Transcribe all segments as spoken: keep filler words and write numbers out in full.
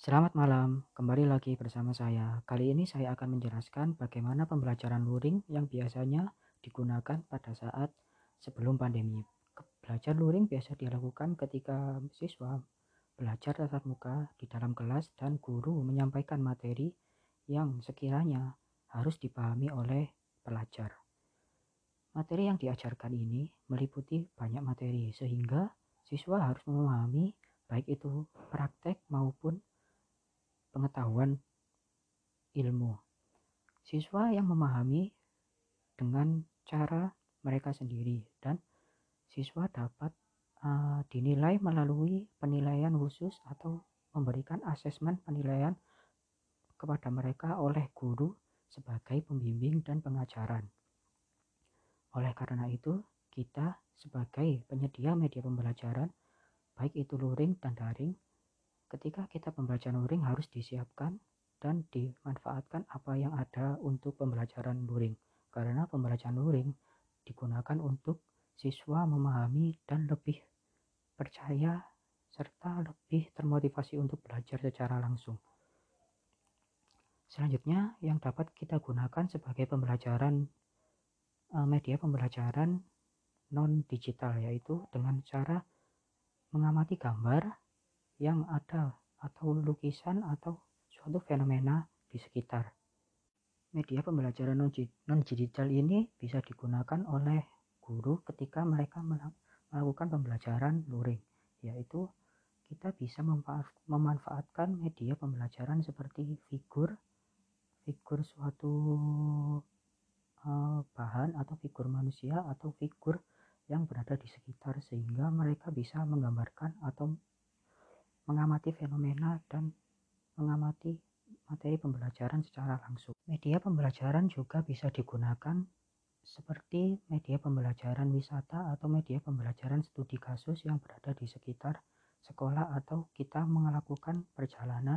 Selamat malam, kembali lagi bersama saya. Kali ini saya akan menjelaskan bagaimana pembelajaran luring yang biasanya digunakan pada saat sebelum pandemi. Belajar luring biasa dilakukan ketika siswa belajar tatap muka di dalam kelas dan guru menyampaikan materi yang sekiranya harus dipahami oleh pelajar. Materi yang diajarkan ini meliputi banyak materi sehingga siswa harus memahami baik itu praktek maupun pengetahuan ilmu. Siswa yang memahami dengan cara mereka sendiri dan siswa dapat uh, dinilai melalui penilaian khusus atau memberikan asesmen penilaian kepada mereka oleh guru sebagai pembimbing dan pengajaran. Oleh karena itu, kita sebagai penyedia media pembelajaran, baik itu luring dan daring, ketika kita pembelajaran luring harus disiapkan dan dimanfaatkan apa yang ada untuk pembelajaran luring. Karena pembelajaran luring digunakan untuk siswa memahami dan lebih percaya serta lebih termotivasi untuk belajar secara langsung. Selanjutnya yang dapat kita gunakan sebagai pembelajaran eh, media pembelajaran non digital, yaitu dengan cara mengamati gambar yang ada atau lukisan atau suatu fenomena di sekitar. Media pembelajaran non-digital ini bisa digunakan oleh guru ketika mereka melakukan pembelajaran luring, yaitu kita bisa memanfaatkan media pembelajaran seperti figur, figur suatu uh, bahan atau figur manusia atau figur yang berada di sekitar sehingga mereka bisa menggambarkan atau mengamati fenomena dan mengamati materi pembelajaran secara langsung. Media pembelajaran juga bisa digunakan seperti media pembelajaran wisata atau media pembelajaran studi kasus yang berada di sekitar sekolah atau kita melakukan perjalanan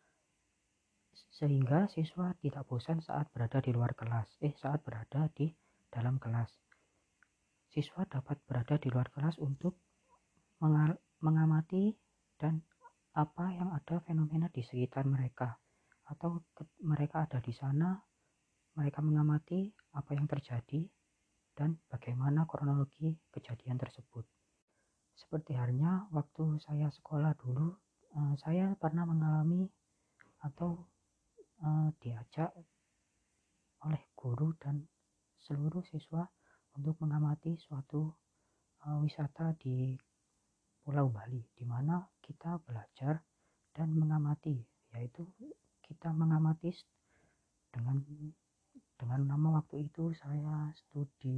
sehingga siswa tidak bosan saat berada di luar kelas, eh saat berada di dalam kelas. Siswa dapat berada di luar kelas untuk mengamati dan apa yang ada fenomena di sekitar mereka, atau mereka ada di sana, mereka mengamati apa yang terjadi dan bagaimana kronologi kejadian tersebut. Seperti halnya waktu saya sekolah dulu, eh, saya pernah mengalami atau eh, diajak oleh guru dan seluruh siswa untuk mengamati suatu uh, wisata di Pulau Bali, di mana kita belajar dan mengamati, yaitu kita mengamati dengan dengan nama waktu itu saya studi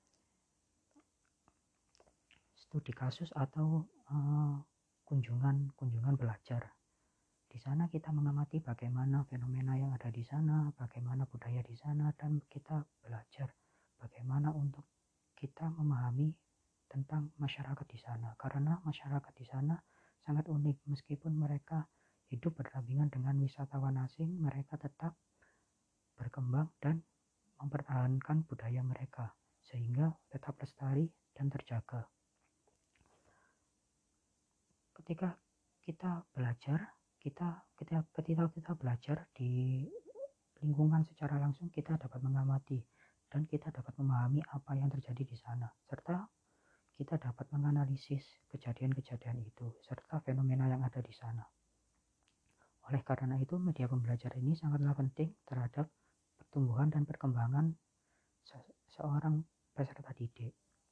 studi kasus atau uh, kunjungan kunjungan belajar. Di sana kita mengamati bagaimana fenomena yang ada di sana, bagaimana budaya di sana, dan kita belajar bagaimana untuk kita memahami tentang masyarakat di sana. Karena masyarakat di sana sangat unik, meskipun mereka hidup berdampingan dengan wisatawan asing, mereka tetap berkembang dan mempertahankan budaya mereka sehingga tetap lestari dan terjaga. Ketika kita belajar, kita kita ketika kita belajar di lingkungan secara langsung, kita dapat mengamati dan kita dapat memahami apa yang terjadi di sana, serta kita dapat menganalisis kejadian-kejadian itu serta fenomena yang ada di sana. Oleh karena itu, media pembelajaran ini sangatlah penting terhadap pertumbuhan dan perkembangan se- seorang peserta didik.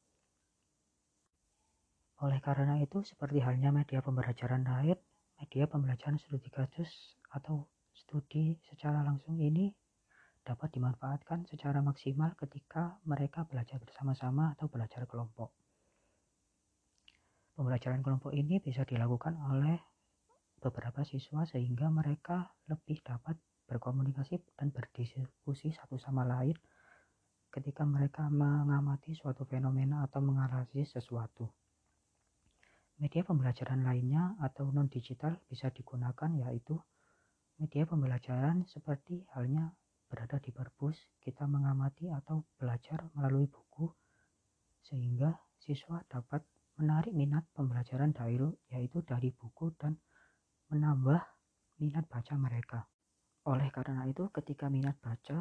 Oleh karena itu, seperti halnya media pembelajaran lain, media pembelajaran studi kasus atau studi secara langsung ini dapat dimanfaatkan secara maksimal ketika mereka belajar bersama-sama atau belajar kelompok. Pembelajaran kelompok ini bisa dilakukan oleh beberapa siswa sehingga mereka lebih dapat berkomunikasi dan berdiskusi satu sama lain ketika mereka mengamati suatu fenomena atau menganalisis sesuatu. Media pembelajaran lainnya atau non-digital bisa digunakan, yaitu media pembelajaran seperti halnya berada di perpus, kita mengamati atau belajar melalui buku sehingga siswa dapat menarik minat pembelajaran dahulu, yaitu dari buku, dan menambah minat baca mereka. Oleh karena itu, ketika minat baca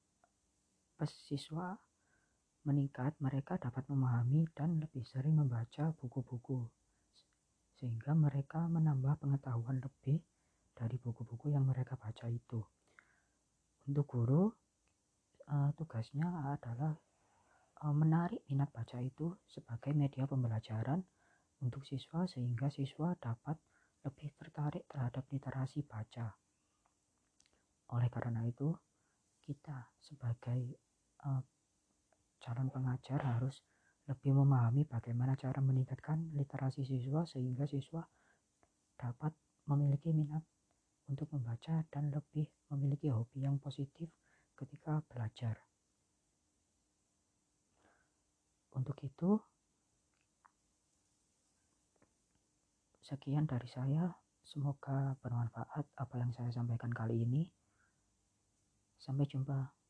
siswa meningkat, mereka dapat memahami dan lebih sering membaca buku-buku, sehingga mereka menambah pengetahuan lebih dari buku-buku yang mereka baca itu. Untuk guru, uh, tugasnya adalah uh, menarik minat baca itu sebagai media pembelajaran untuk siswa, sehingga siswa dapat lebih tertarik terhadap literasi baca. Oleh karena itu, kita sebagai uh, calon pengajar harus lebih memahami bagaimana cara meningkatkan literasi siswa, sehingga siswa dapat memiliki minat untuk membaca dan lebih memiliki hobi yang positif ketika belajar. Untuk itu, sekian dari saya. Semoga bermanfaat apa yang saya sampaikan kali ini. Sampai jumpa.